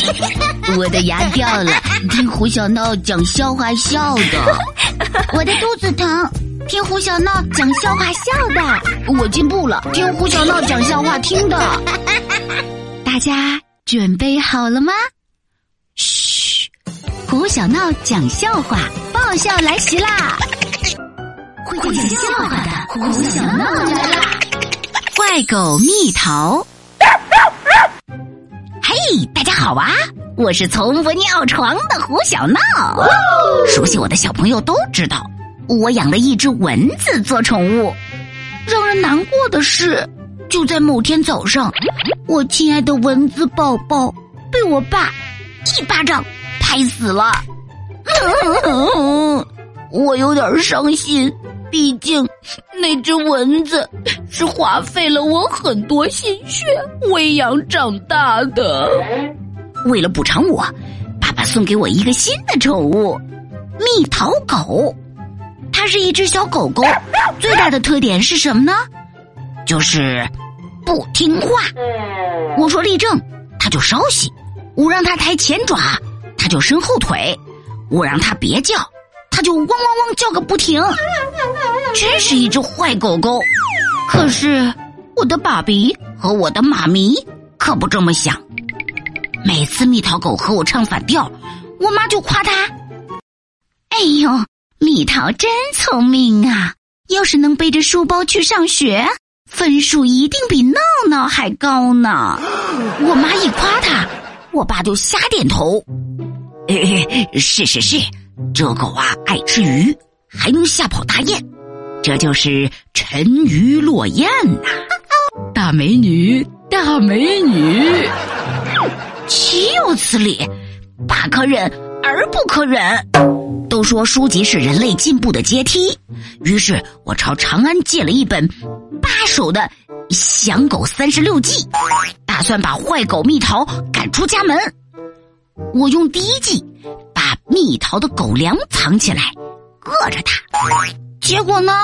我的牙掉了，听胡小闹讲笑话笑的。 我的肚子疼，听胡小闹讲笑话笑的。 我进步了，听胡小闹讲笑话听的。 大家准备好了吗？嘘，胡小闹讲笑话，爆笑来袭啦！会讲笑话的胡小闹来啦！坏狗蜜桃。嘿，大家好啊！我是从不尿床的胡小闹。熟悉我的小朋友都知道，我养了一只蚊子做宠物。让人难过的是，就在某天早上，我亲爱的蚊子宝宝被我爸一巴掌拍死了。我有点伤心，毕竟那只蚊子是花费了我很多心血喂养长大的。为了补偿我，爸爸送给我一个新的宠物——蜜桃狗。它是一只小狗狗，最大的特点是什么呢？就是不听话。我说立正，它就稍息；我让它抬前爪，它就伸后腿；我让它别叫，它就汪汪汪叫个不停。真是一只坏狗狗。可是我的爸比和我的妈咪可不这么想。每次蜜桃狗和我唱反调，我妈就夸它：哎呦，蜜桃真聪明啊，要是能背着书包去上学，分数一定比闹闹还高呢。我妈一夸她，我爸就瞎点头。是，这狗啊爱吃鱼，还能吓跑大雁，这就是沉鱼落雁呐。大美女，大美女。岂有此理，爸可忍而不可忍。都说书籍是人类进步的阶梯，于是我朝长安借了一本8手的《养狗36计》，打算把坏狗蜜桃赶出家门。我用第1计把蜜桃的狗粮藏起来，饿着它。结果呢，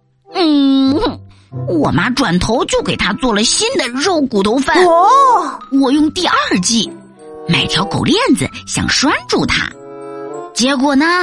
我妈转头就给它做了新的肉骨头饭。我用第2计买条狗链子想拴住它。结果呢，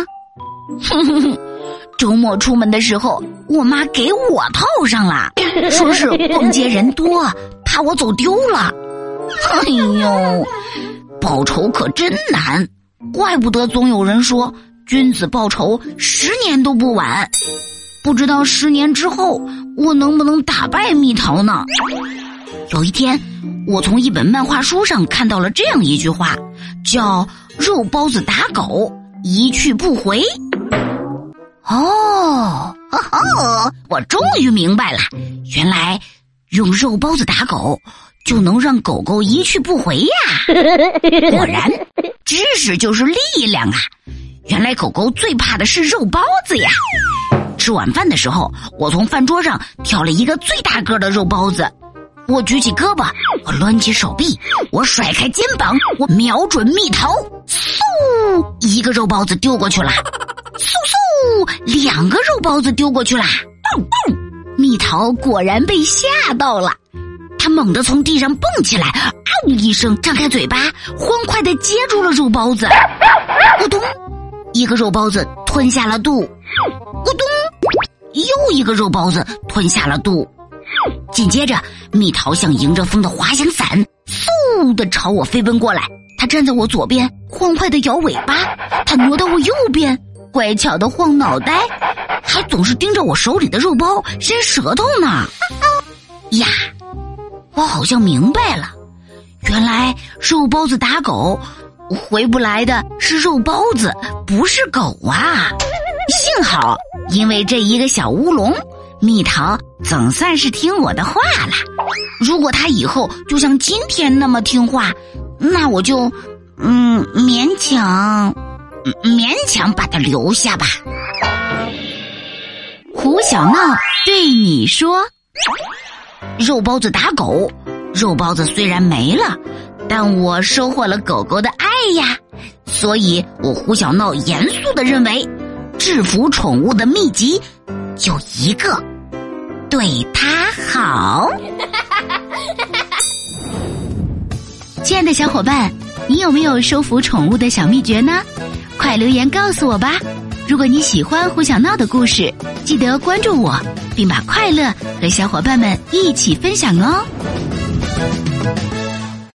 周末出门的时候，我妈给我套上了，说是逛街人多，怕我走丢了。哎呦，报仇可真难，怪不得总有人说君子报仇10年都不晚。不知道10年之后我能不能打败蜜桃呢？有一天，我从一本漫画书上看到了这样一句话，叫肉包子打狗，一去不回。我终于明白了，原来用肉包子打狗就能让狗狗一去不回呀。果然，知识就是力量啊！原来狗狗最怕的是肉包子呀。吃晚饭的时候，我从饭桌上挑了一个最大个的肉包子。我举起胳膊，我抡起手臂，我甩开肩膀，我瞄准蜜桃，嗖，一个肉包子丢过去了，嗖嗖，2个肉包子丢过去了。蜜桃果然被吓到了，它猛地从地上蹦起来，嗷一声张开嘴巴，欢快地接住了肉包子。咕咚，一个肉包子吞下了肚。咕咚，又一个肉包子吞下了肚。紧接着，蜜桃像迎着风的滑翔伞，嗖地朝我飞奔过来。它站在我左边，欢快地摇尾巴；它挪到我右边，乖巧地晃脑袋，还总是盯着我手里的肉包伸舌头呢。呀，我好像明白了，原来肉包子打狗，回不来的是肉包子，不是狗啊！幸好，因为这一个小乌龙，蜜桃总算是听我的话了。如果它以后就像今天那么听话，那我就勉强把它留下吧。胡小闹对你说，肉包子打狗，肉包子虽然没了，但我收获了狗狗的爱呀。所以我胡小闹严肃地认为，制服宠物的秘籍就一个，对它好。亲爱的小伙伴， 你有没有收服宠物的小秘诀呢？快留言告诉我吧！如果你喜欢胡小闹的故事，记得关注我，并把快乐和小伙伴们一起分享哦。